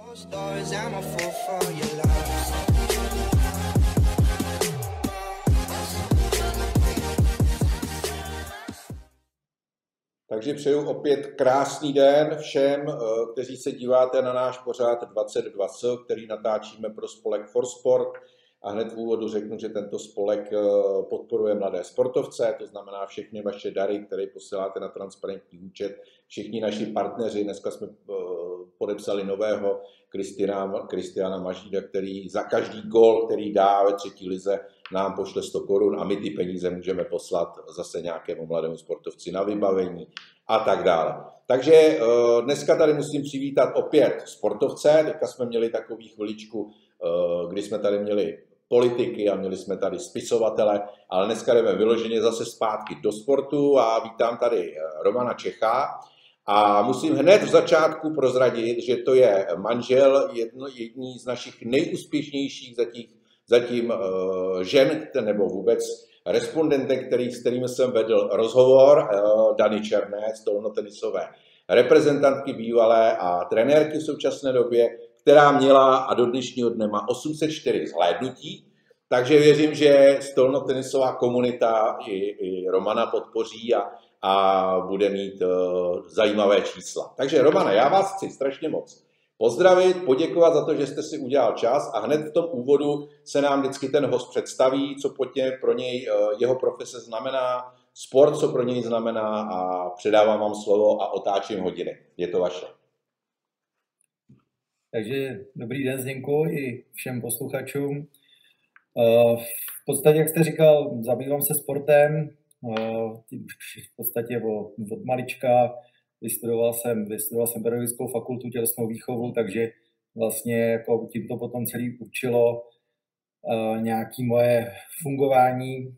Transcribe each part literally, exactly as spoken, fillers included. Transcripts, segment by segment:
Takže přeju opět krásný den všem, kteří se díváte na náš pořad dvacet dva S, který natáčíme pro spolek For Sport. A hned v úvodu řeknu, že tento spolek podporuje mladé sportovce, to znamená všechny vaše dary, které posíláte na transparentní účet, všichni naši partneři. Dneska jsme podepsali nového Kristiana, Kristiana Mažída, který za každý gól, který dá ve třetí lize, nám pošle sto korun a my ty peníze můžeme poslat zase nějakému mladému sportovci na vybavení a tak dále. Takže dneska tady musím přivítat opět sportovce. Teďka jsme měli takovou chviličku, kdy jsme tady měli politiky a měli jsme tady spisovatele, ale dneska jdeme vyloženě zase zpátky do sportu a vítám tady Romana Čecha. A musím hned v začátku prozradit, že to je manžel jedno, jední z našich nejúspěšnějších zatím, zatím uh, žen, nebo vůbec respondentek, který, s kterými jsem vedl rozhovor, uh, Dany Černé, stolnotenisové reprezentantky bývalé a trenérky v současné době, která měla a do dnešního dne má osm set čtyři zhlédnutí, takže věřím, že stolnotenisová komunita i, i Romana podpoří a, a bude mít uh, zajímavé čísla. Takže Romane, já vás chci strašně moc pozdravit, poděkovat za to, že jste si udělal čas a hned v tom úvodu se nám vždycky ten host představí, co pro něj uh, jeho profese znamená, sport, co pro něj znamená a předávám vám slovo a otáčím hodiny. Je to vaše. Takže dobrý den, Zdenku, i všem posluchačům. V podstatě, jak jste říkal, zabývám se sportem, už v podstatě od malička. Vystudoval jsem, vystudoval jsem pedagogickou fakultu tělesnou výchovu, takže vlastně jako tím to potom celý učilo nějaké moje fungování.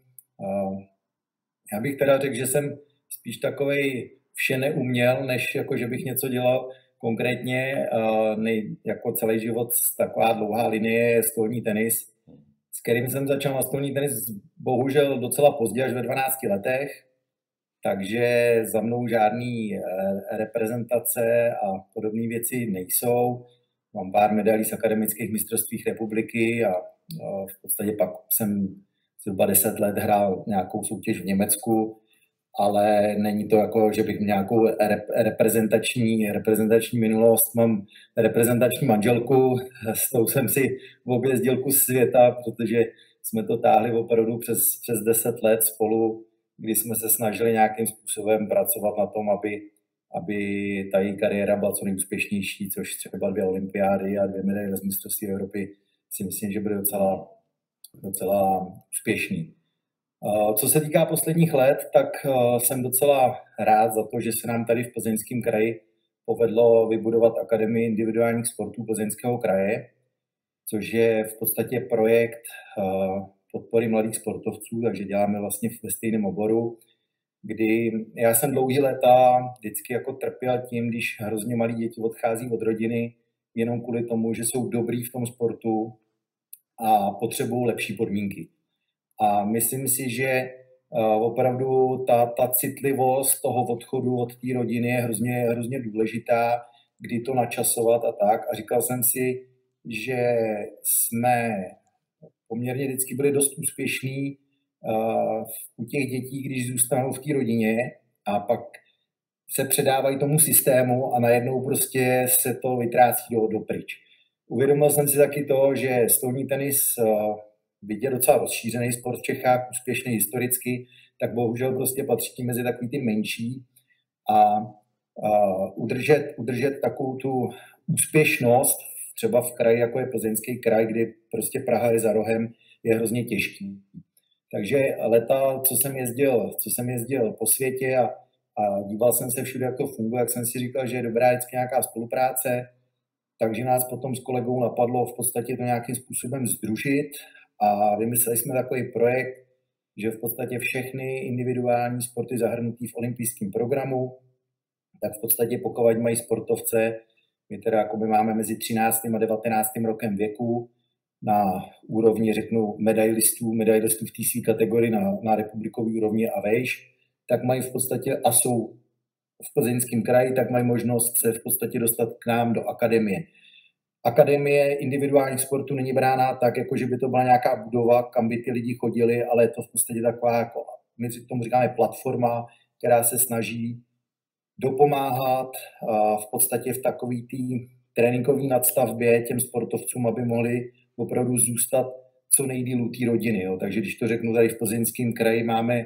Já bych teda řekl, že jsem spíš takovej vše neuměl, než jako, že bych něco dělal konkrétně. Nej, jako celý život taková dlouhá linie je stolní tenis, s kterým jsem začal na stolní tenis bohužel docela pozdě, až ve dvanácti letech, takže za mnou žádný reprezentace a podobné věci nejsou. Mám pár medailí z akademických mistrovství republiky a v podstatě pak jsem zhruba deset let hrál nějakou soutěž v Německu, ale není to jako, že bych měl nějakou reprezentační, reprezentační minulost. Mám reprezentační manželku, s tou jsem si objezdil kus světa, protože jsme to táhli opravdu přes, přes deset let spolu, kdy jsme se snažili nějakým způsobem pracovat na tom, aby, aby ta její kariéra byla co nejúspěšnější, což třeba dvě olympiády a dvě medaile z mistrovství Evropy si myslím, že bude docela, docela úspěšný. Co se týká posledních let, tak jsem docela rád za to, že se nám tady v Plzeňském kraji povedlo vybudovat Akademii individuálních sportů Plzeňského kraje, což je v podstatě projekt podpory mladých sportovců, takže děláme vlastně ve stejném oboru, kdy já jsem dlouhý léta vždycky jako trpěl tím, když hrozně malí děti odchází od rodiny jenom kvůli tomu, že jsou dobrý v tom sportu a potřebují lepší podmínky. A myslím si, že uh, opravdu ta, ta citlivost toho odchodu od té rodiny je hrozně, hrozně důležitá, kdy to načasovat a tak. A říkal jsem si, že jsme poměrně vždycky byli dost úspěšní uh, u těch dětí, když zůstanou v té rodině a pak se předávají tomu systému a najednou prostě se to vytrácí do, do pryč. Uvědomil jsem si taky to, že stolní tenis uh, byť je docela rozšířený sport v Čechách, úspěšný historicky, tak bohužel prostě patří mezi takový ty menší a, a udržet, udržet takovou tu úspěšnost třeba v kraji, jako je Plzeňský kraj, kdy prostě Praha je za rohem, je hrozně těžký. Takže leta, co jsem jezdil, co jsem jezdil po světě a, a díval jsem se všude, jak to funguje, jak jsem si říkal, že je dobrá vždycky nějaká spolupráce, takže nás potom s kolegou napadlo v podstatě to nějakým způsobem sdružit a vymysleli jsme takový projekt, že v podstatě všechny individuální sporty zahrnutý v olympijském programu, tak v podstatě pokud mají sportovce, my teda jako my máme mezi třináctým a devatenáctým rokem věku na úrovni, řeknu, medailistů, medailistů v té své kategorii na, na republikový úrovni a vejš, tak mají v podstatě a jsou v Plzeňském kraji, tak mají možnost se v podstatě dostat k nám do akademie. akademie individuálních sportů není brána tak, jako že by to byla nějaká budova, kam by ty lidi chodili, ale je to v podstatě taková, jako, my tomu říkáme platforma, která se snaží dopomáhat v podstatě v takový tý tréninkové nadstavbě těm sportovcům, aby mohli opravdu zůstat co nejdýl u té rodiny. Jo. Takže když to řeknu, tady v Plzeňském kraji máme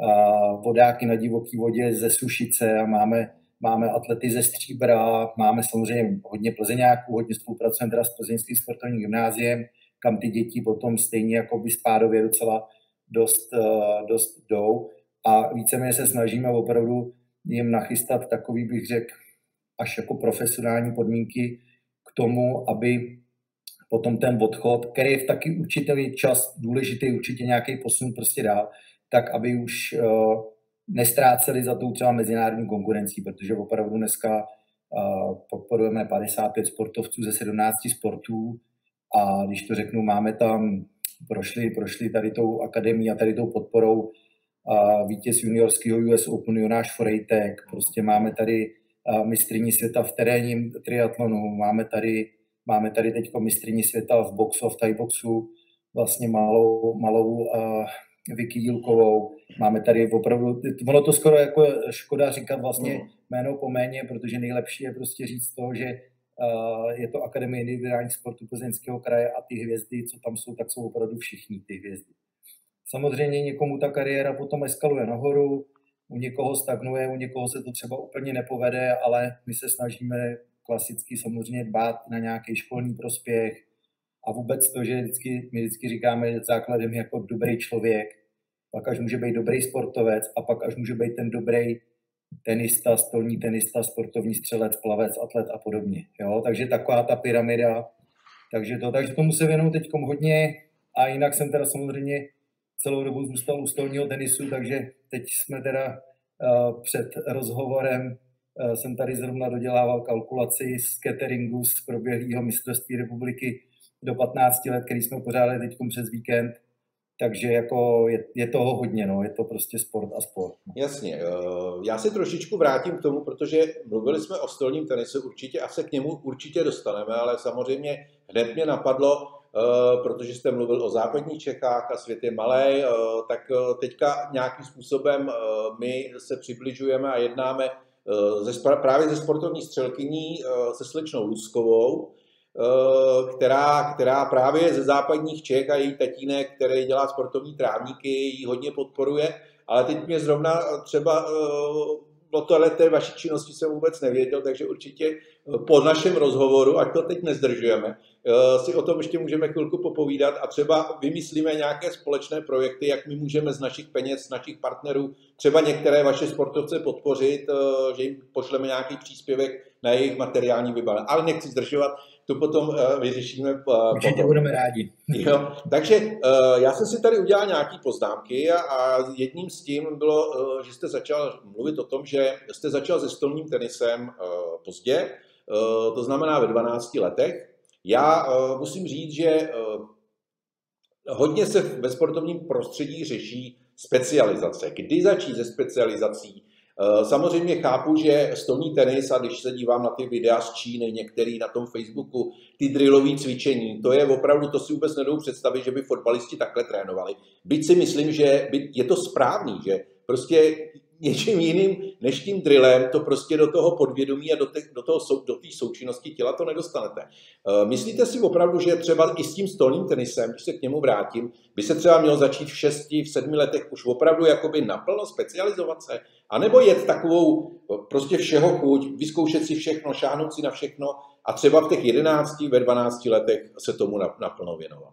vodáky na divoký vodě ze Sušice a máme, máme atlety ze Stříbra, máme samozřejmě hodně plzeňáků, hodně spolupracujeme teda s Plzeňským sportovním gymnáziem, kam ty děti potom stejně jako by spádově docela dost, dost jdou a víceméně se snažíme opravdu jim nachystat takový, bych řekl, až jako profesionální podmínky k tomu, aby potom ten odchod, který je v taky určitý čas důležitý, určitě nějaký posun prostě dál, tak aby už uh, nestráceli za tou třeba mezinárodní konkurencí, protože opravdu dneska uh, podporujeme padesát pět sportovců ze sedmnácti sportů a když to řeknu, máme tam, prošli, prošli tady tou akademií a tady tou podporou uh, vítěz juniorského U S Openu Jonáš Forejtek, prostě máme tady uh, mistryní světa v terénním triatlonu, máme tady, máme tady teď mistryní světa v boxu, v thai boxu, vlastně malou, malou uh, Vicky Jílkovou. Máme tady opravdu, ono to skoro jako škoda říkat vlastně jméno po jméně, protože nejlepší je prostě říct to, že uh, je to Akademie individuálních sportů Plzeňského kraje a ty hvězdy, co tam jsou, tak jsou opravdu všichni ty hvězdy. Samozřejmě někomu ta kariéra potom eskaluje nahoru, u někoho stagnuje, u někoho se to třeba úplně nepovede, ale my se snažíme klasicky samozřejmě dbát na nějaký školní prospěch a vůbec to, že vždycky, my vždycky říkáme, že základem je jako dobrý člověk, pak až může být dobrý sportovec a pak až může být ten dobrý tenista, stolní tenista, sportovní střelec, plavec, atlet a podobně. Jo? Takže taková ta pyramida. Takže, to, takže tomu se věnuju teď hodně a jinak jsem teda samozřejmě celou dobu zůstal u stolního tenisu, takže teď jsme teda uh, před rozhovorem uh, jsem tady zrovna dodělával kalkulaci z cateringu z proběhlého mistrovství republiky do patnácti let, který jsme pořádali teď přes víkend. Takže jako je, je toho hodně, no, je to prostě sport a sport. Jasně, já se trošičku vrátím k tomu, protože mluvili jsme o stolním tenisu určitě a se k němu určitě dostaneme, ale samozřejmě hned mě napadlo, protože jste mluvil o západních Čechách a svět je malej, tak teďka nějakým způsobem my se přibližujeme a jednáme právě ze sportovní střelkyní se slečnou Luskovou, Která, která právě ze západních Čech a její tatínek, který dělá sportovní trávníky, ji hodně podporuje, ale teď mě zrovna třeba o tohle té vaší činnosti jsem vůbec nevěděl, takže určitě po našem rozhovoru, ať to teď nezdržujeme, si o tom ještě můžeme chvilku popovídat a třeba vymyslíme nějaké společné projekty, jak my můžeme z našich peněz, z našich partnerů třeba některé vaše sportovce podpořit, že jim pošleme nějaký příspěvek na jejich materiální vybavení. Ale nechci zdržovat, to potom uh, vyřešíme. Uh, Určitě potom. Budeme rádi. Jo, takže uh, já jsem si tady udělal nějaké poznámky a, a jedním z tím bylo, uh, že jste začal mluvit o tom, že jste začal se stolním tenisem uh, pozdě, uh, to znamená ve dvanácti letech. Já uh, musím říct, že uh, hodně se ve sportovním prostředí řeší specializace. Kdy začít se specializací? Samozřejmě chápu, že stolní tenis, a když se dívám na ty videa z Číny, některý na tom Facebooku, ty drillové cvičení, to je opravdu, to si vůbec nedou představit, že by fotbalisti takhle trénovali. Byť si myslím, že je to správný, že prostě něčím jiným než tím drillem to prostě do toho podvědomí a do té do toho, do té součinnosti těla to nedostanete. Myslíte si opravdu, že třeba i s tím stolním tenisem, když se k němu vrátím, by se třeba mělo začít v šesti, v sedmi letech už opravdu jakoby naplno specializovat se? A nebo jet takovou prostě všeho chuť, vyzkoušet si všechno, šáhnout si na všechno a třeba v těch jedenácti, ve dvanácti letech se tomu naplno věnovat?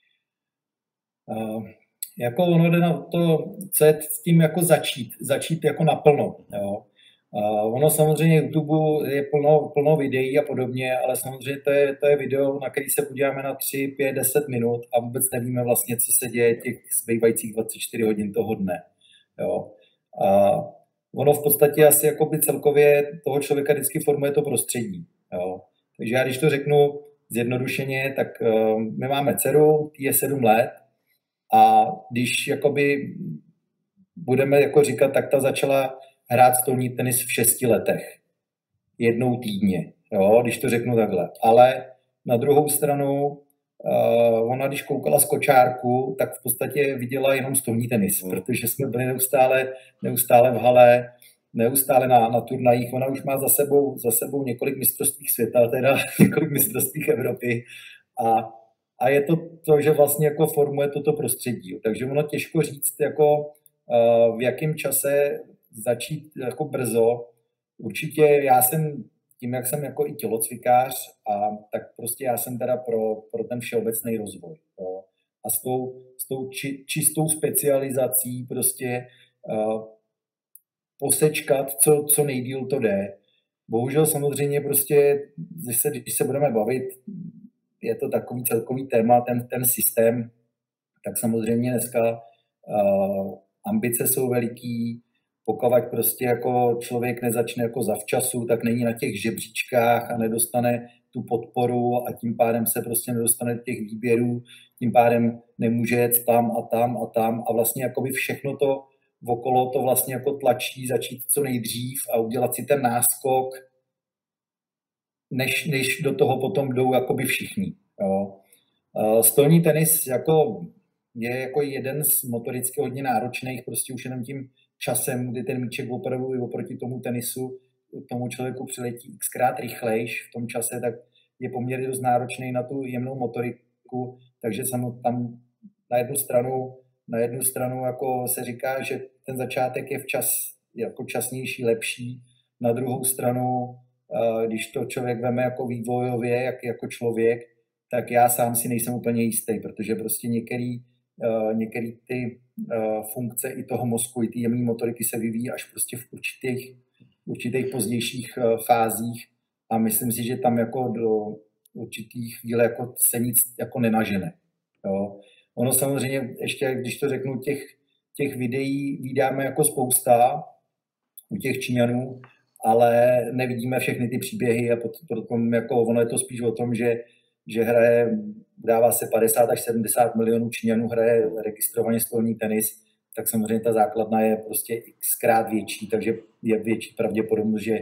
Uh, jako ono jde na to, co je s tím jako začít, začít jako naplno. Jo. Uh, ono samozřejmě YouTube je plno, plno videí a podobně, ale samozřejmě to je, to je video, na který se podíváme na tři, pět, deset minut a vůbec nevíme vlastně, co se děje těch zbývajících dvacet čtyři hodin toho dne. Jo. A ono v podstatě asi jakoby celkově toho člověka vždycky formuje to prostředí. Jo. Takže já když to řeknu zjednodušeně, tak uh, my máme dceru, tý je sedm let a když jakoby budeme jako říkat, tak ta začala hrát stolní tenis v šesti letech. Jednou týdně, jo, když to řeknu takhle. Ale Na druhou stranu, uh, ona když koukala z kočárku, tak v podstatě viděla jenom stolní tenis, mm. protože jsme byli neustále, neustále v hale, neustále na, na turnajích. Ona už má za sebou, za sebou několik mistrovství světa, teda několik mistrovství Evropy. A, a je to to, že vlastně jako formuje toto prostředí. Takže ono těžko říct, jako, uh, v jakém čase začít jako brzo. Určitě já jsem, tím jak jsem jako i tělocvikář, a tak prostě já jsem teda pro, pro ten všeobecný rozvoj. Jo. A s tou, s tou či, čistou specializací prostě uh, posečkat, co, co nejdýl to jde. Bohužel samozřejmě prostě, když se, když se budeme bavit, je to takový celkový téma, ten, ten systém, tak samozřejmě dneska uh, ambice jsou veliký, pokud prostě jako člověk nezačne jako zavčasu, tak není na těch žebříčkách a nedostane tu podporu a tím pádem se prostě nedostane do těch výběrů, tím pádem nemůže jet tam a tam a tam a vlastně jakoby všechno to okolo to vlastně jako tlačí začít co nejdřív a udělat si ten náskok, než, než do toho potom jdou jakoby všichni. Jo. Stolní tenis jako je jako jeden z motoricky hodně náročných, prostě už jenom tím časem, kdy ten míček opravdu i oproti tomu tenisu tomu člověku přiletí xkrát rychlejš v tom čase, tak je poměrně dost náročný na tu jemnou motoriku, takže tam na jednu stranu, na jednu stranu jako se říká, že ten začátek je včas jako časnější, lepší, na druhou stranu, když to člověk veme jako vývojově, jak jako člověk, tak já sám si nejsem úplně jistý, protože prostě některý, některý ty funkce i toho mozku, i ty jemné motoriky se vyvíjí až prostě v určitých, určitých pozdějších fázích a myslím si, že tam jako do určitých chvíle jako se nic jako nenažene. Jo. Ono samozřejmě, ještě když to řeknu, těch, těch videí vydáme jako spousta u těch Číňanů, ale nevidíme všechny ty příběhy a potom jako ono je to spíš o tom, že, že hraje, dává se padesát až sedmdesát milionů Číňanů hraje registrovaně stolní tenis, tak samozřejmě ta základna je prostě xkrát větší, takže je větší pravděpodobnost, že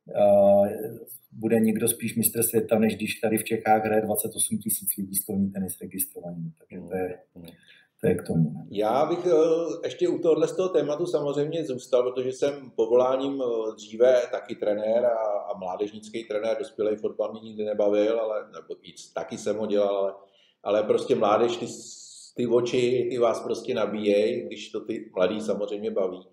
uh, bude někdo spíš mistr světa, než když tady v Čechách hraje dvacet osm tisíc lidí stolní tenis registrovaný. Takže to je, to je k tomu. Já bych ještě u tohohle z toho tématu samozřejmě zůstal, protože jsem povoláním dříve taky trenér a, a mládežnický trenér, dospělý fotbal mě nikdy nebavil, ale nebo víc, taky jsem ho dělal, ale, ale prostě mládež, ty, ty oči, ty vás prostě nabíjejí, když to ty mladí samozřejmě baví.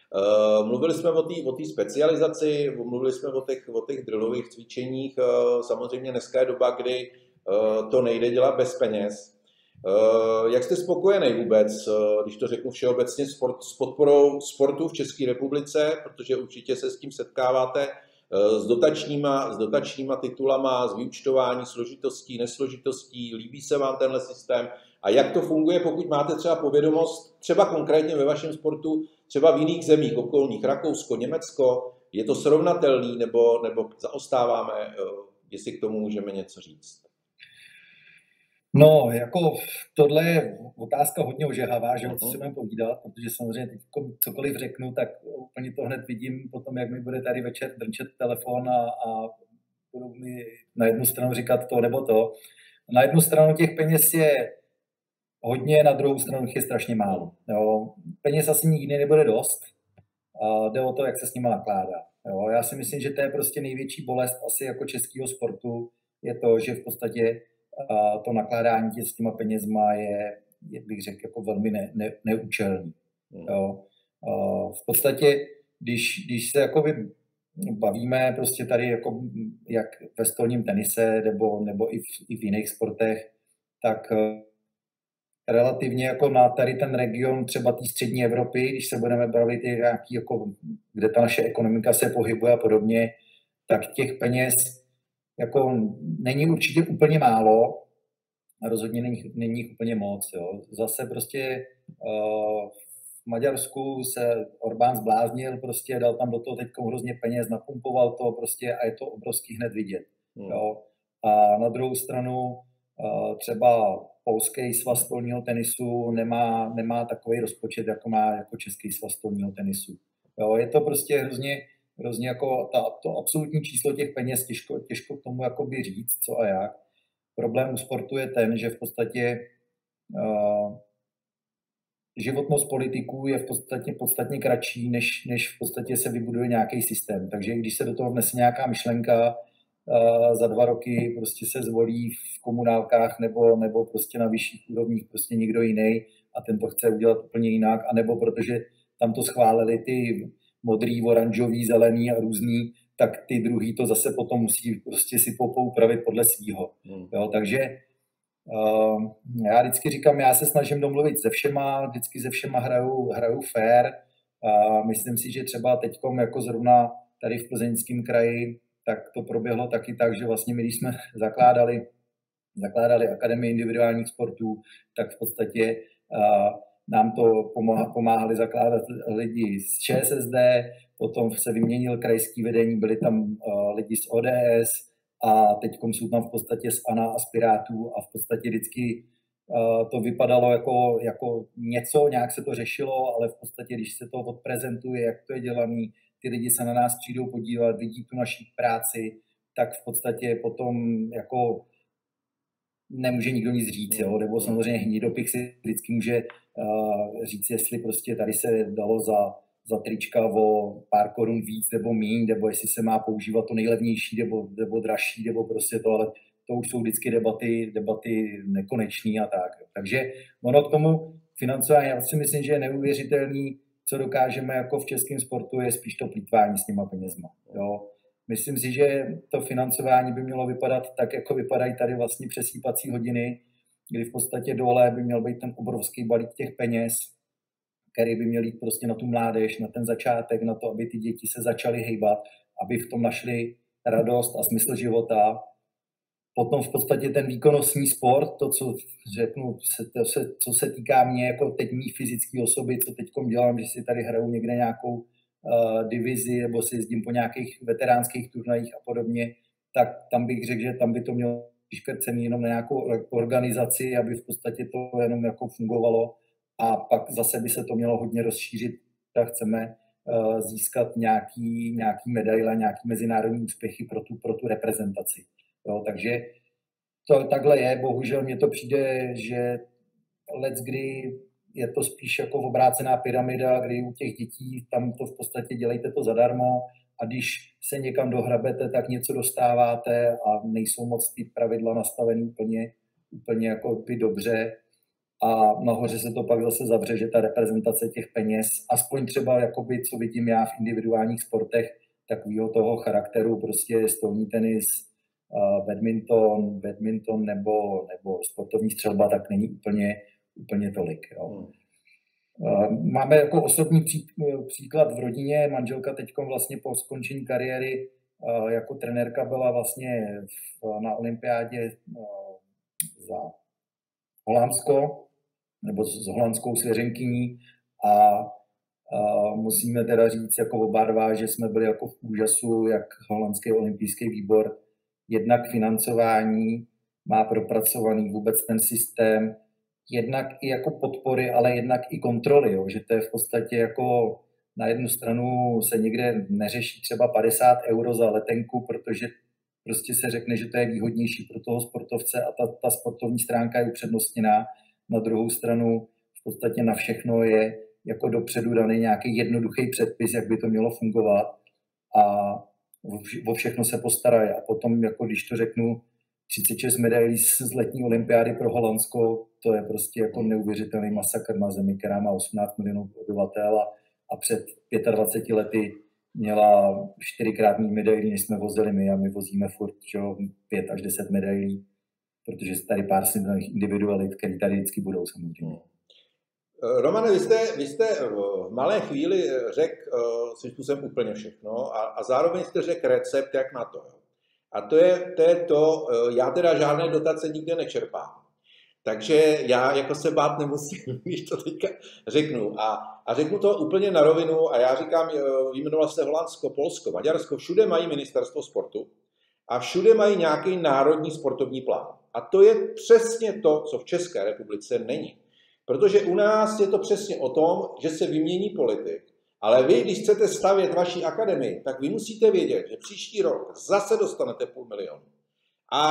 Uh, mluvili jsme o té o té specializaci, mluvili jsme o těch, o těch drillových cvičeních. Uh, samozřejmě dneska je doba, kdy uh, to nejde dělat bez peněz. Uh, jak jste spokojený vůbec, uh, když to řeknu všeobecně, sport, s podporou sportu v České republice, protože určitě se s tím setkáváte, uh, s dotačníma, s dotačníma titulama, s vyúčtování složitostí, nesložitostí, líbí se vám tenhle systém a jak to funguje, pokud máte třeba povědomost, třeba konkrétně ve vašem sportu, třeba v jiných zemích okolních, Rakousko, Německo, je to srovnatelný nebo, nebo zaostáváme, jestli k tomu můžeme něco říct? No, jako tohle je otázka hodně ožehavá, že o co si budeme povídat, protože samozřejmě teď cokoliv řeknu, tak úplně to hned vidím potom, jak mi bude tady večer drnčet telefon a, a budou mi na jednu stranu říkat to nebo to. Na jednu stranu těch peněz je hodně, na druhou stranu je strašně málo. Jo. Peněz asi nikdy nebude dost. A jde o to, jak se s nimi nakládá. Jo. Já si myslím, že to je prostě největší bolest asi jako českého sportu, je to, že v podstatě a, to nakládání s těma penězma je, je bych řekl, jako velmi ne, ne, neúčelný. Jo. A v podstatě, když, když se jakoby bavíme prostě tady jako jak ve stolním tenise nebo, nebo i, v, i v jiných sportech, tak relativně jako na tady ten region třeba té střední Evropy, když se budeme bavit nějaký, jako, kde ta naše ekonomika se pohybuje a podobně, tak těch peněz jako není určitě úplně málo a rozhodně není, není úplně moc. Jo. Zase prostě uh, v Maďarsku se Orbán zbláznil, prostě dal tam do toho teď hrozně peněz, napumpoval to prostě a je to obrovský hned vidět. Hmm. Jo. A na druhou stranu uh, třeba polský svaz stolního tenisu nemá, nemá takový rozpočet, jako má jako český svaz stolního tenisu. Jo, je to prostě hrozně, hrozně jako ta, to absolutní číslo těch peněz, těžko, těžko k tomu jakoby říct, co a jak. problém u sportu je ten, že v podstatě uh, životnost politiků je v podstatě podstatně kratší, než, než v podstatě se vybuduje nějaký systém. Takže když se do toho vnese nějaká myšlenka, uh, za dva roky prostě se zvolí v komunálkách nebo, nebo prostě na vyšších úrovních prostě někdo jiný a ten to chce udělat úplně jinak, anebo protože tam to schválili ty modrý, oranžový, zelený a různý, tak ty druhý to zase potom musí prostě si poupravit podle svýho. Hmm. Jo, takže uh, já vždycky říkám, já se snažím domluvit se všema, vždycky se všema hraju, hraju fair. Uh, myslím si, že třeba teďkom jako zrovna tady v Plzeňském kraji, tak to proběhlo taky tak, že vlastně my, když jsme zakládali, zakládali Akademii individuálních sportů, tak v podstatě uh, nám to pomáhali zakládat lidi z ČSSD, potom se vyměnil krajský vedení, byli tam uh, lidi z O D S a teď jsou tam v podstatě z A N A a z Pirátů a v podstatě vždycky uh, to vypadalo jako, jako něco, nějak se to řešilo, ale v podstatě, když se to odprezentuje, jak to je dělané, ty lidi se na nás přijdou podívat, vidí tu naši práci, tak v podstatě potom jako nemůže nikdo nic říct, jo? Nebo samozřejmě hnidopich si vždycky může uh, říct, jestli prostě tady se dalo za, za trička o pár korun víc nebo míň, nebo jestli se má používat to nejlevnější nebo, nebo dražší, nebo prostě to, ale to už jsou vždycky debaty, debaty nekonečný a tak. Takže ono k tomu financování, já si myslím, že je neuvěřitelný, co dokážeme jako v českém sportu, je spíš to plýtvání s těma penězma. Jo? Myslím si, že to financování by mělo vypadat tak, jako vypadají tady vlastně přesýpací hodiny, kdy v podstatě dole by měl být ten obrovský balík těch peněz, který by měl jít prostě na tu mládež, na ten začátek, na to, aby ty děti se začaly hejbat, aby v tom našli radost a smysl života. Potom v podstatě ten výkonnostní sport, to, co řeknu, to se, co se týká mě, jako teď mý fyzické osoby, co teďkom dělám, že si tady hraju někde nějakou uh, divizi, nebo si jezdím po nějakých veteránských turnajích a podobně, tak tam bych řekl, že tam by to mělo škrcený jenom na nějakou organizaci, aby v podstatě to jenom jako fungovalo a pak zase by se to mělo hodně rozšířit, tak chceme uh, získat nějaký, nějaký medaile, nějaký mezinárodní úspěchy pro tu, pro tu reprezentaci. Jo, takže to takhle je, bohužel mně to přijde, že leckdy je to spíš jako obrácená pyramida, kdy u těch dětí tam to v podstatě dělejte to zadarmo a když se někam dohrabete, tak něco dostáváte a nejsou moc ty pravidla nastavený úplně, úplně jako by dobře a nahoře se to pak zase zavře, že ta reprezentace těch peněz, aspoň třeba jakoby, co vidím já v individuálních sportech, takového toho charakteru, prostě stolní tenis, Uh, badminton, badminton nebo, nebo sportovní střelba, tak není úplně, úplně tolik. Jo. Hmm. Uh, máme jako osobní pří, příklad v rodině. Manželka teďkom vlastně po skončení kariéry uh, jako trenérka byla vlastně v, na olympiádě uh, za Holandsko, nebo s, s holandskou svěřenkyní a uh, musíme teda říct jako oba dva, že jsme byli jako v úžasu, jak holandský olympijský výbor jednak financování má propracovaný vůbec ten systém, jednak i jako podpory, ale jednak i kontroly, jo, že to je v podstatě jako na jednu stranu se někde neřeší třeba padesát euro za letenku, protože prostě se řekne, že to je výhodnější pro toho sportovce a ta, ta sportovní stránka je upřednostněná. Na druhou stranu v podstatě na všechno je jako dopředu daný nějaký jednoduchý předpis, jak by to mělo fungovat a o všechno se postarají a potom, jako když to řeknu, třicet šest medailí z letní olympiády pro Holandsko, to je prostě jako neuvěřitelný masakr na zemi, která má osmnáct milionů obyvatel a, a před dvaceti pěti lety měla čtyřikrát méně medailí, než jsme vozili my a my vozíme furt čo, pět až deset medailí, protože tady pár silných individualit, které tady vždycky budou samozřejmě. Romane, vy jste, vy jste v malé chvíli řekl svým způsobem úplně všechno a, a zároveň jste řekl recept, jak na to. A to je, to je to, já teda žádné dotace nikde nečerpám. Takže já jako se bát nemusím, když to teďka řeknu. A, a řeknu to úplně na rovinu a já říkám, vyjmenoval se Holandsko, Polsko, Maďarsko, všude mají ministerstvo sportu a všude mají nějaký národní sportovní plán. A to je přesně to, co v České republice není. Protože u nás je to přesně o tom, že se vymění politik. Ale vy, když chcete stavět vaši akademii, tak vy musíte vědět, že příští rok zase dostanete půl milionu. A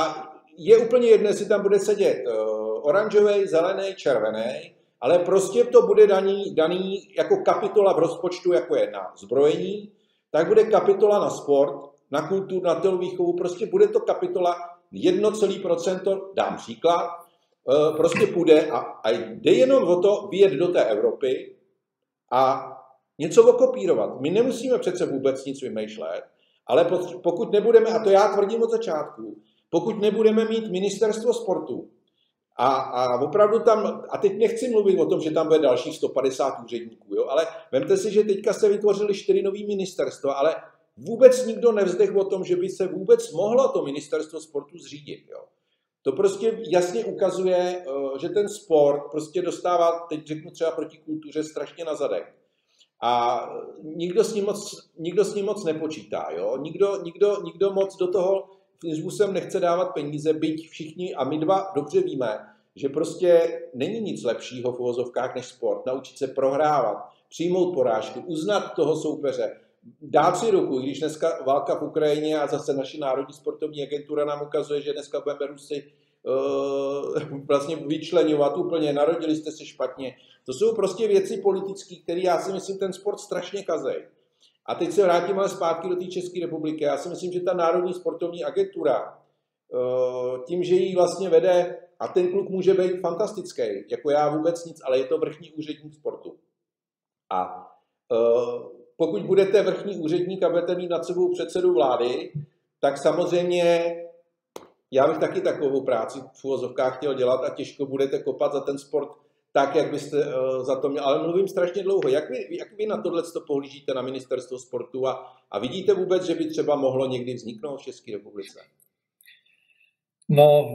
je úplně jedno, jestli tam bude sedět oranžový, zelený, červený, ale prostě to bude daný, daný jako kapitola v rozpočtu, jako je na zbrojení, tak bude kapitola na sport, na kulturu, na tělovýchovu, prostě bude to kapitola jedno celé procento, dám příklad, prostě půjde a, a jde jenom o to vyjet do té Evropy a něco okopírovat. My nemusíme přece vůbec nic vymýšlet, ale pokud nebudeme, a to já tvrdím od začátku, pokud nebudeme mít ministerstvo sportu a, a opravdu tam, a teď nechci mluvit o tom, že tam bude dalších sto padesát úředníků, jo, ale vemte si, že teďka se vytvořili čtyři nový ministerstva, ale vůbec nikdo nevzdech o tom, že by se vůbec mohlo to ministerstvo sportu zřídit. Jo. To prostě jasně ukazuje, že ten sport prostě dostává, teď řeknu třeba proti kultuře, strašně na zadek. A nikdo s ním moc, nikdo s ním moc nepočítá. Jo? Nikdo, nikdo, nikdo moc do toho způsobem nechce dávat peníze, byť všichni, a my dva dobře víme, že prostě není nic lepšího v uvozovkách než sport. Naučit se prohrávat, přijmout porážku, uznat toho soupeře, dát si ruku, když dneska válka v Ukrajině a zase naše Národní sportovní agentura nám ukazuje, že dneska budeme Rusy uh, vlastně vyčleňovat úplně, narodili jste se špatně. To jsou prostě věci politické, které já si myslím ten sport strašně kazej. A teď se vrátím ale zpátky do té České republiky. Já si myslím, že ta Národní sportovní agentura, uh, tím, že ji vlastně vede, a ten kluk může být fantastický, jako já vůbec nic, ale je to vrchní úředník sportu. A uh, pokud budete vrchní úředník a budete mít nad sebou předsedu vlády, tak samozřejmě já bych taky takovou práci v uvozovkách chtěl dělat a těžko budete kopat za ten sport tak, jak byste uh, za to měl. Ale mluvím strašně dlouho. Jak vy, jak vy na tohle pohlížíte na ministerstvo sportu a, a vidíte vůbec, že by třeba mohlo někdy vzniknout v České republice? No,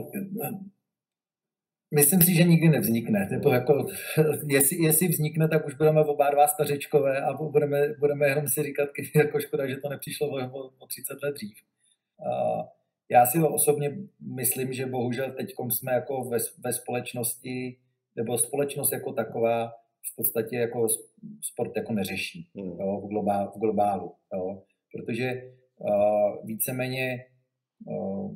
myslím si, že nikdy nevznikne. Je to jako, jestli, jestli vznikne, tak už budeme oba dva stařečkové a budeme, budeme jenom si říkat, jako škoda, že to nepřišlo o, o třicet let dřív. A já si osobně myslím, že bohužel teď jsme jako ve, ve společnosti, nebo společnost jako taková v podstatě jako sport jako neřeší hmm. jo, v, globál, v globálu. Jo. Protože uh, víceméně uh,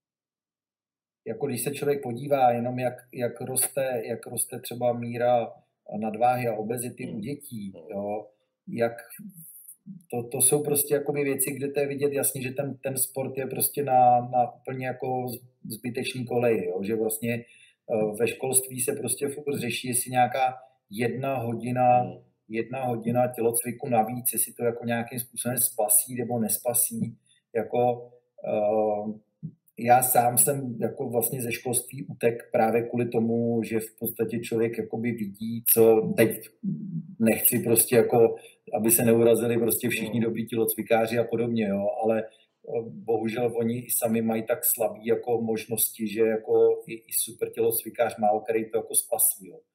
jako když se člověk podívá jenom, jak, jak, roste, jak roste třeba míra nadváhy a obezity u dětí, jo, jak to, to jsou prostě jakoby věci, kde to je vidět jasně, že ten, ten sport je prostě na, na úplně jako zbytečný koleji, jo, že vlastně ve školství se prostě furt řeší, jestli nějaká jedna hodina, jedna hodina tělocviku navíc, jestli to jako nějakým způsobem spasí nebo nespasí, jako uh, já sám jsem jako vlastně ze školství utek právě kvůli tomu, že v podstatě člověk jakoby vidí, co teď nechci prostě jako, aby se neurazili prostě všichni dobrý tělocvikáři a podobně, jo, ale bohužel oni i sami mají tak slabý jako možnosti, že jako i, i super tělocvikář málo který to jako spasí, jo.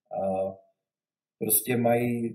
A prostě mají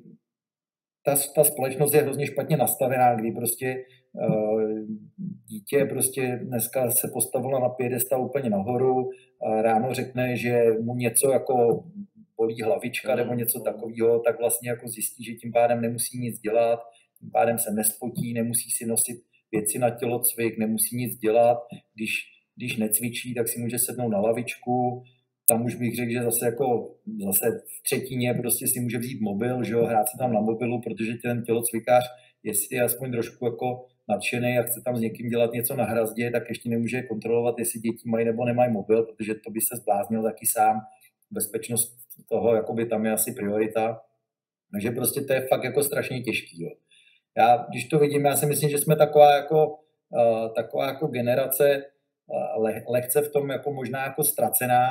Ta, ta společnost je hrozně špatně nastavená, kdy prostě uh, dítě prostě dneska se postavilo na piedestal úplně nahoru, uh, ráno řekne, že mu něco jako bolí hlavička nebo něco takového, tak vlastně jako zjistí, že tím pádem nemusí nic dělat, tím pádem se nespotí, nemusí si nosit věci na tělocvik, nemusí nic dělat, když, když necvičí, tak si může sednout na lavičku. Tam už bych řekl, že zase jako zase v třetině prostě si může vzít mobil, že jo, hrát si tam na mobilu, protože ten tělocvikář, jestli je aspoň trošku jako nadšený a chce tam s někým dělat něco na hrazdě, tak ještě nemůže kontrolovat, jestli děti mají nebo nemají mobil, protože to by se zbláznil taky sám. Bezpečnost toho jakoby tam je asi priorita. Takže prostě to je fakt jako strašně těžký, jo. Já, když to vidím, já si myslím, že jsme taková jako, uh, taková jako generace uh, le, lehce v tom jako možná jako ztracená.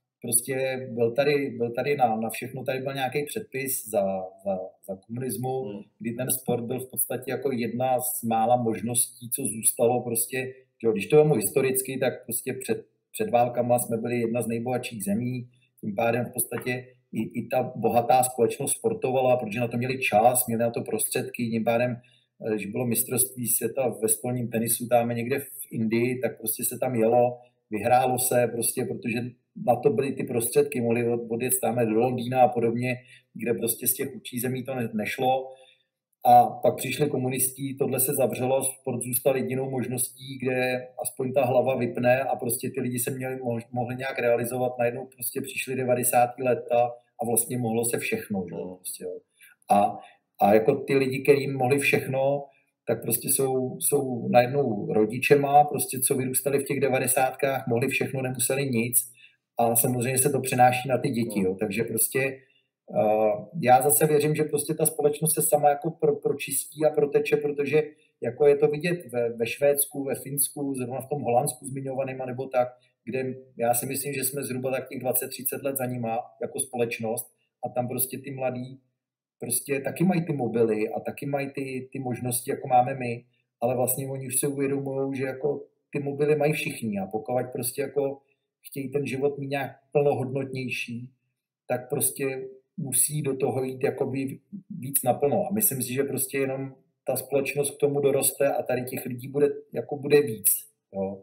Prostě byl tady, byl tady na, na všechno, tady byl nějaký předpis za, za, za komunismu, hmm. kdy ten sport byl v podstatě jako jedna z mála možností, co zůstalo prostě, že když to vemu historicky, tak prostě před, před válkama jsme byli jedna z nejbohatších zemí, tím pádem v podstatě i, i ta bohatá společnost sportovala, protože na to měli čas, měli na to prostředky, tím pádem, když bylo mistrovství světa ve stolním tenisu tam někde v Indii, tak prostě se tam jelo, vyhrálo se prostě, protože na to byly ty prostředky, mohli odjet tam do Londýna a podobně, kde prostě z těch učí zemí to nešlo. A pak přišli komunistí, tohle se zavřelo, sport zůstal jedinou možností, kde aspoň ta hlava vypne a prostě ty lidi se měli, mohli nějak realizovat. Najednou prostě přišly devadesátá léta a vlastně mohlo se všechno. Že? Prostě, jo. A, a jako ty lidi, kterým mohli všechno, tak prostě jsou, jsou najednou rodičema, prostě co vyrůstali v těch devadesátkách, mohli všechno, nemuseli nic. A samozřejmě se to přenáší na ty děti. Jo. Takže prostě Uh, já zase věřím, že prostě ta společnost se sama jako pro, pročistí a proteče, protože jako je to vidět ve, ve Švédsku, ve Finsku, zrovna v tom Holandsku zmiňovaným, nebo tak, kde já si myslím, že jsme zhruba tak těch dvacet třicet let za nima jako společnost a tam prostě ty mladí prostě taky mají ty mobily a taky mají ty, ty možnosti, jako máme my, ale vlastně oni už se uvědomují, že jako ty mobily mají všichni a pokud prostě jako chtějí ten život mít nějak plnohodnotnější, tak prostě musí do toho jít jakoby víc naplno. A myslím si, že prostě jenom ta společnost k tomu doroste a tady těch lidí bude, jako bude víc. Jo.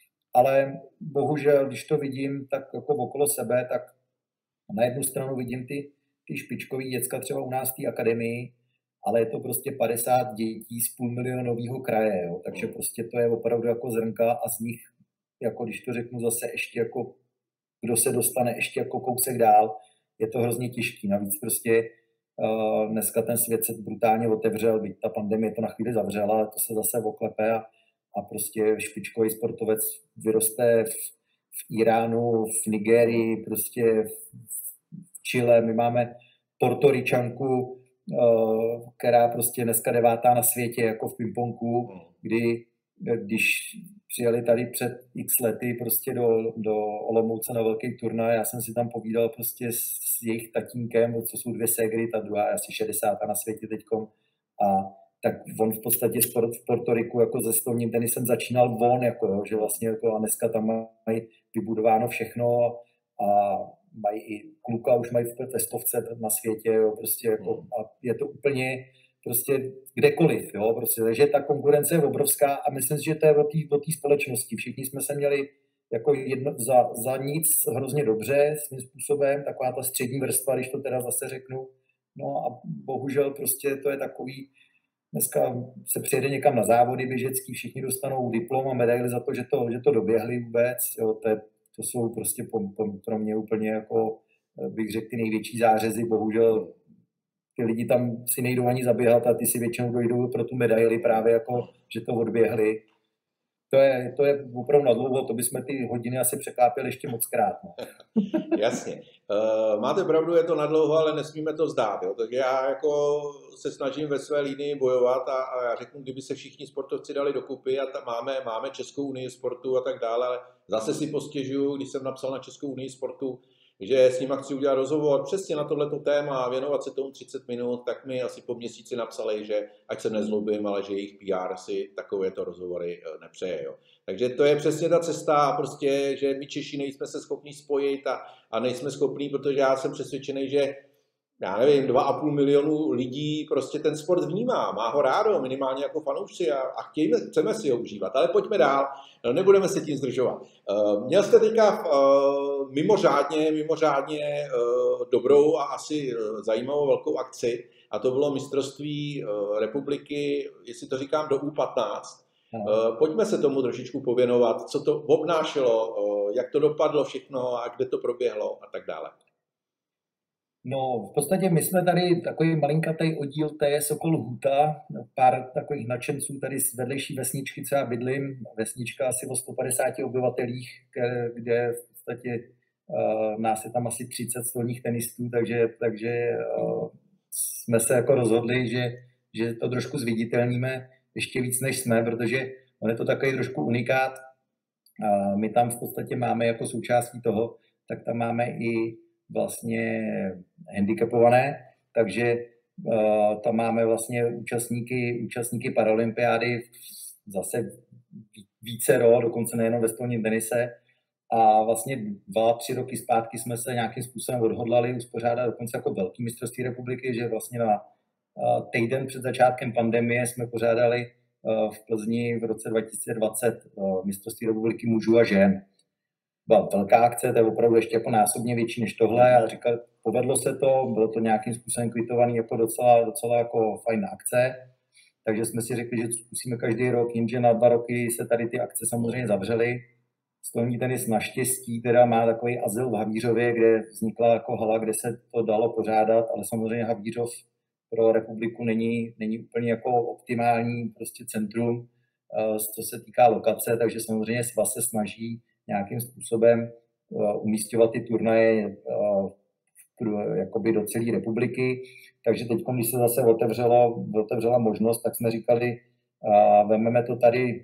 Ale bohužel, když to vidím tak jako okolo sebe, tak na jednu stranu vidím ty, ty špičkový děcka třeba u nás v té akademii, ale je to prostě padesát dětí z půlmilionového kraje. Jo. Takže prostě to je opravdu jako zrnka a z nich, jako když to řeknu zase ještě jako, kdo se dostane ještě jako kousek dál, je to hrozně těžký. Navíc prostě uh, dneska ten svět se brutálně otevřel, byť ta pandemie to na chvíli zavřela, ale to se zase oklepe a, a prostě špičkový sportovec vyroste v, v Iránu, v Nigérii, prostě v, v Chile. My máme Portoričanku, uh, která prostě dneska devátá na světě jako v pingpongu, kdy když přijeli tady před x lety prostě do, do Olomouce na velký turnaj, já jsem si tam povídal prostě s jejich tatínkem, co jsou dvě ségry, ta druhá je asi šedesátá na světě teďkom, a tak on v podstatě sport v Portoriku jako se stolním tenisem začínal on, jako jo, že vlastně jako a dneska tam mají vybudováno všechno a mají i kluka, už mají v testovce na světě, jo, prostě jako, a je to úplně prostě kdekoliv, jo, prostě, takže ta konkurence je obrovská a myslím si, že to je o té společnosti. Všichni jsme se měli jako jedno, za, za nic hrozně dobře svým způsobem, taková ta střední vrstva, když to teda zase řeknu, no a bohužel prostě to je takový, dneska se přijede někam na závody běžecký, všichni dostanou diplom a medaili za to, že to, že to doběhli vůbec, jo, to, je, to jsou prostě po, po, pro mě úplně jako, bych řekl, ty největší zářezy, bohužel ty lidi tam si nejdou ani zaběhat a ty si většinou dojdou pro tu medaili právě jako, že to odběhli. To je, to je opravdu nadlouho, to bychom ty hodiny asi překlápěli ještě moc krát. No. Jasně. Uh, máte pravdu, je to nadlouho, ale nesmíme to vzdát. Jo? Takže já jako se snažím ve své línii bojovat a, a já řeknu, kdyby se všichni sportovci dali dokupy a ta, máme, máme Českou unii sportu a tak dále, ale zase si postěžuju, když jsem napsal na Českou unii sportu, že s nima chci udělat rozhovor přesně na tohleto téma a věnovat se tomu třicet minut, tak mi asi po měsíci napsali, že ať se nezlobím, ale že jejich P R si takovéto rozhovory nepřeje. Jo. Takže to je přesně ta cesta, prostě, že my Češi nejsme se schopni spojit a, a nejsme schopní, protože já jsem přesvědčený, že já nevím, dva a půl milionu lidí prostě ten sport vnímá, má ho rádo, minimálně jako fanoušci a, a chtějme, chceme si ho užívat. Ale pojďme dál, nebudeme se tím zdržovat. Uh, měl jste teďka uh, mimořádně, mimořádně uh, dobrou a asi uh, zajímavou velkou akci a to bylo mistrovství uh, republiky, jestli to říkám, do U patnáct. Uh, pojďme se tomu trošičku pověnovat, co to obnášelo, uh, jak to dopadlo všechno a kde to proběhlo a tak dále. No, v podstatě my jsme tady takový malinkatý oddíl T J Sokol Lhůta, pár takových nadšenců tady z vedlejší vesničky, co já bydlím, vesnička asi o sto padesáti obyvatelích, kde v podstatě uh, nás je tam asi třicet stolních tenistů, takže, takže uh, jsme se jako rozhodli, že, že to trošku zviditelníme ještě víc, než jsme, protože on je to takový trošku unikát. Uh, my tam v podstatě máme jako součástí toho, tak tam máme i vlastně handicapované, takže uh, tam máme vlastně účastníky, účastníky paralympiády zase vícero, dokonce nejenom ve stolním tenise. A vlastně dva, tři roky zpátky jsme se nějakým způsobem odhodlali uspořádat dokonce jako velký mistrovství republiky, že vlastně na uh, týden před začátkem pandemie jsme pořádali uh, v Plzni v roce dva tisíce dvacet uh, mistrovství republiky mužů a žen. byla velká akce, to je opravdu ještě jako násobně větší než tohle a říkal, povedlo se to, bylo to nějakým způsobem kvitovaný jako docela, docela jako fajn akce, takže jsme si řekli, že zkusíme každý rok, jenže na dva roky se tady ty akce samozřejmě zavřely. Stolní tenis naštěstí teda má takový azyl v Havířově, kde vznikla jako hala, kde se to dalo pořádat, ale samozřejmě Havířov pro republiku není, není úplně jako optimální prostě centrum, co se týká lokace, takže samozřejmě Svaz se snaží nějakým způsobem umísťovat ty turnaje jakoby do celé republiky. Takže teď, když se zase otevřelo, otevřela možnost, tak jsme říkali, vezmeme to tady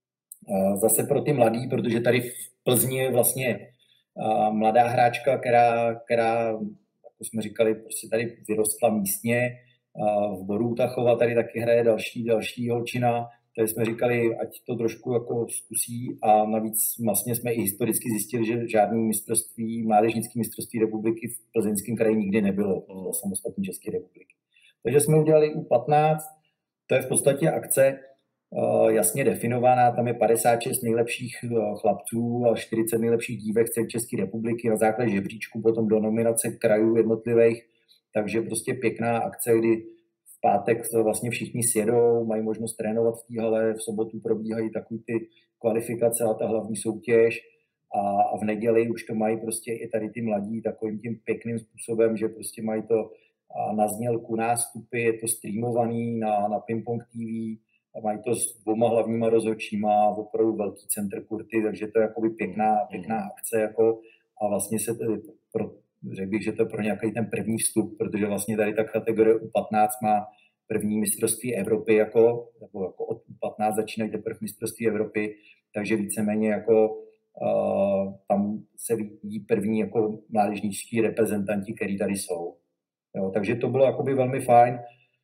zase pro ty mladý, protože tady v Plzni je vlastně mladá hráčka, která, která jako jsme říkali, prostě tady vyrostla místně. V Boru Tachova tady taky hraje další, další holčina. Tady jsme říkali, ať to trošku jako zkusí a navíc vlastně jsme i historicky zjistili, že žádný mistrovství, mládežnické mistrovství republiky v Plzeňském kraji nikdy nebylo do samostatné České republiky. Takže jsme udělali U patnáct, to je v podstatě akce uh, jasně definovaná, tam je padesát šest nejlepších uh, chlapců a čtyřicet nejlepších dívek z České republiky na základě žebříčku, potom do nominace krajů jednotlivých, takže prostě pěkná akce, kdy v pátek vlastně všichni sjedou, mají možnost trénovat v té hale, v sobotu probíhají takový ty kvalifikace a ta hlavní soutěž a, a v neděli už to mají prostě i tady ty mladí takovým tím pěkným způsobem, že prostě mají to na znělku nástupy, je to streamovaný na, na Ping-Pong T V a mají to s dvouma hlavníma rozhodčíma, opravdu velký centr kurty, takže to je jakoby pěkná, pěkná akce jako a vlastně se tedy pro řekl bych, že to je pro nějaký ten první vstup, protože vlastně tady ta kategorie U patnáct má první mistrovství Evropy, jako, jako, jako od U patnáct začínají teprve mistrovství Evropy, takže víceméně jako uh, tam se vidí první jako mládežničtí reprezentanti, kteří tady jsou. Jo, takže to bylo jakoby velmi fajn.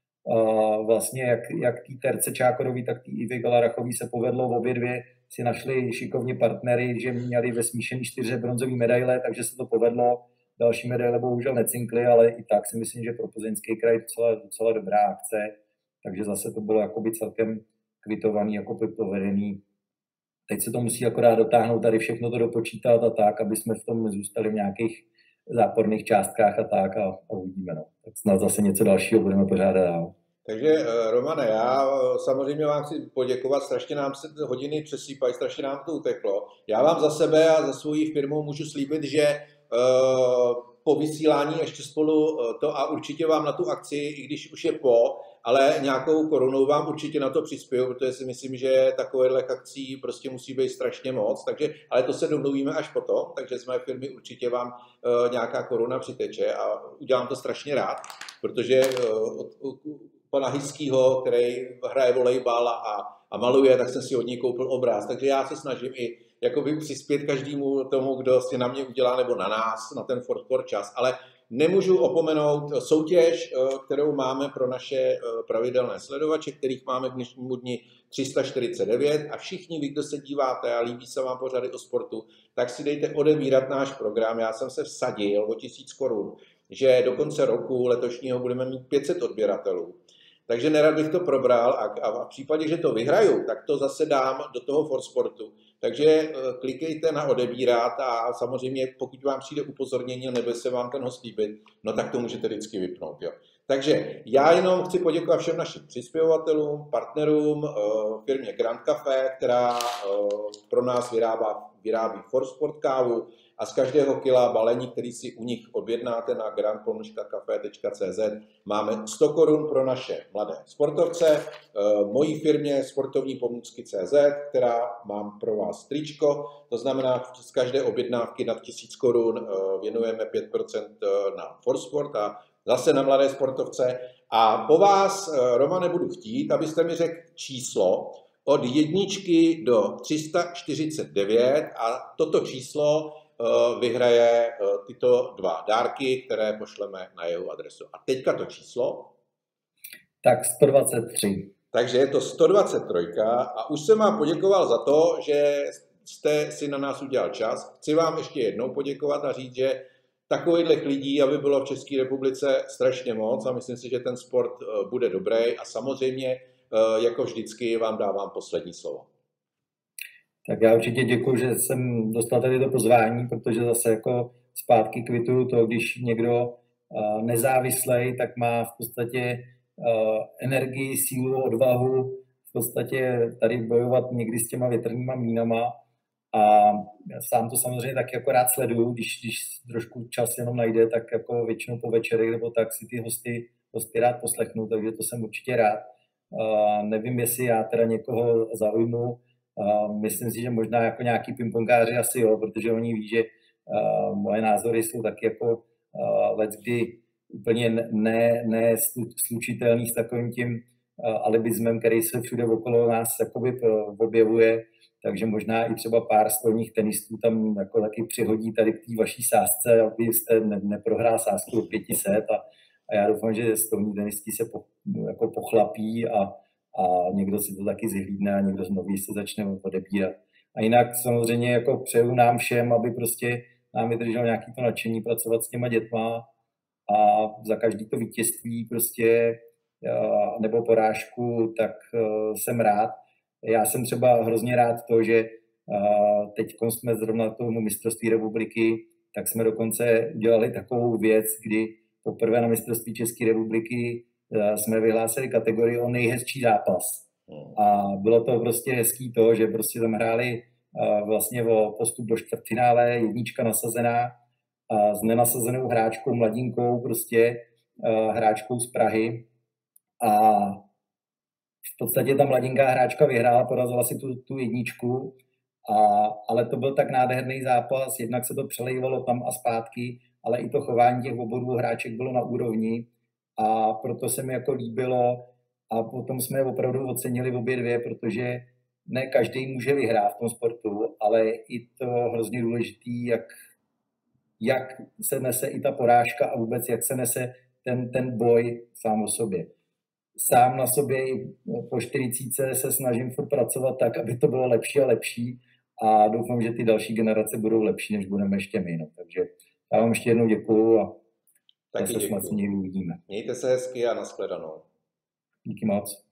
Uh, vlastně jak, jak tý Terce Čákorový, tak tý Ivy Galarachový se povedlo, v obě dvě si našli šikovní partnery, že měli ve smíšený čtyři bronzové medaile, takže se to povedlo. Další medaile bohužel necinkly, ale i tak si myslím, že pro Plzeňský kraj docela, docela dobrá akce, takže zase to bylo jakoby celkem kvitovaný, jako povedený. Teď se to musí akorát dotáhnout, tady všechno to dopočítat a tak, aby jsme v tom zůstali v nějakých záporných částkách a tak a, a uvidíme. No. Tak snad zase něco dalšího budeme pořádat dál. Takže Romane, já samozřejmě vám chci poděkovat, strašně nám se hodiny přesýpají, strašně nám to uteklo. Já vám za sebe a za svou firmu můžu slíbit, že po vysílání ještě spolu to a určitě vám na tu akci, i když už je po, ale nějakou korunou vám určitě na to přispěju, protože si myslím, že takovéhle akcí prostě musí být strašně moc, takže, ale to se domluvíme až potom, takže z mé firmy určitě vám uh, nějaká koruna přiteče a udělám to strašně rád, protože uh, od, od pana Hyskýho, který hraje volejbal a, a maluje, tak jsem si od něj koupil obraz, takže já se snažím i jakoby přispět každému tomu, kdo si na mě udělá, nebo na nás, na ten Ford Sport čas. Ale nemůžu opomenout soutěž, kterou máme pro naše pravidelné sledovače, kterých máme v dnešnímu dni tři sta čtyřicet devět a všichni vy, kdo se díváte a líbí se vám pořady o sportu, tak si dejte odebírat náš program. Já jsem se vsadil o tisíc korun, že do konce roku letošního budeme mít pět set odběratelů. Takže nerad bych to probral a, a v případě, že to vyhraju, tak to zase dám do toho Ford Sportu. Takže klikejte na odebírat a samozřejmě pokud vám přijde upozornění nebo se vám ten host líbit, no tak to můžete vždycky vypnout. Jo. Takže já jenom chci poděkovat všem našim přispěvatelům, partnerům, firmě Grand Café, která pro nás vyrábá, vyrábí Ford Sport kávu a z každého kila balení, který si u nich objednáte na grand cafe tečka cé zet, máme sto korun pro naše mladé sportovce, mojí firmě sportovní pomůcky tečka cé zet, která mám pro vás tričko, to znamená, z každé objednávky nad tisíc korun věnujeme pět procent na Ford Sport a zase na mladé sportovce. A po vás, Romane, budu chtít, abyste mi řekl číslo od jedničky do tři sta čtyřicet devět a toto číslo vyhraje tyto dva dárky, které pošleme na jeho adresu. A teďka to číslo? Tak sto dvacet tři. Takže je to sto dvacet tři a už jsem vám poděkoval za to, že jste si na nás udělal čas. Chci vám ještě jednou poděkovat a říct, že takových lidí, aby bylo v České republice strašně moc a myslím si, že ten sport bude dobrý a samozřejmě, jako vždycky, vám dávám poslední slovo. Tak já určitě děkuji, že jsem dostal tady to pozvání, protože zase jako zpátky kvituju to, když někdo uh, nezávislej, tak má v podstatě uh, energii, sílu, odvahu v podstatě tady bojovat někdy s těma větrnýma mínama. A sám to samozřejmě tak jako rád sleduju, když, když trošku čas jenom najde, tak jako většinou po večerech nebo tak si ty hosty, hosty rád poslechnu, takže to jsem určitě rád. Uh, nevím, jestli já teda někoho zaujmu. Uh, myslím si, že možná jako nějaký pingpongáři asi jo, protože oni ví, že uh, moje názory jsou taky jako uh, leckdy úplně ne, ne slučitelný s takovým tím uh, alibismem, který se všude okolo nás jakoby objevuje, takže možná i třeba pár stolních tenistů tam jako taky přihodí tady k té vaší sázce, aby jste ne, neprohrál sázku do pěti set a, a já doufám, že stolní tenisti se po, jako pochlapí a a někdo si to taky zhlídne a někdo nový se začne odebírat. A jinak samozřejmě jako přeju nám všem, aby prostě nám vydrželo nějaký to nadšení pracovat s těma dětma a za každý to vítězství prostě nebo porážku, tak jsem rád. Já jsem třeba hrozně rád to, že teď jsme zrovna tomu mistrovství republiky, tak jsme dokonce udělali takovou věc, kdy poprvé na mistrovství České republiky jsme vyhlásili kategorii o nejhezčí zápas. A bylo to prostě hezký to, že prostě tam hráli vlastně o postup do čtvrtfinále, jednička nasazená a s nenasazenou hráčkou mladinkou, prostě hráčkou z Prahy. A v podstatě ta mladinká hráčka vyhrála, porazila si tu, tu jedničku, a, ale to byl tak nádherný zápas, jednak se to přelejvalo tam a zpátky, ale i to chování těch obou dvou hráček bylo na úrovni. A proto se mi jako líbilo a potom jsme je opravdu ocenili obě dvě, protože ne každý může vyhrát v tom sportu, ale i to hrozně důležitý, jak, jak se nese i ta porážka a vůbec jak se nese ten, ten boj sám o sobě. Sám na sobě po čtyřicítce se snažím furt pracovat tak, aby to bylo lepší a lepší a doufám, že ty další generace budou lepší, než budeme ještě my. No. Takže já vám ještě jednou děkuju a taky se snad někdy uvidíme. Mějte se hezky a nashledanou. Díky moc.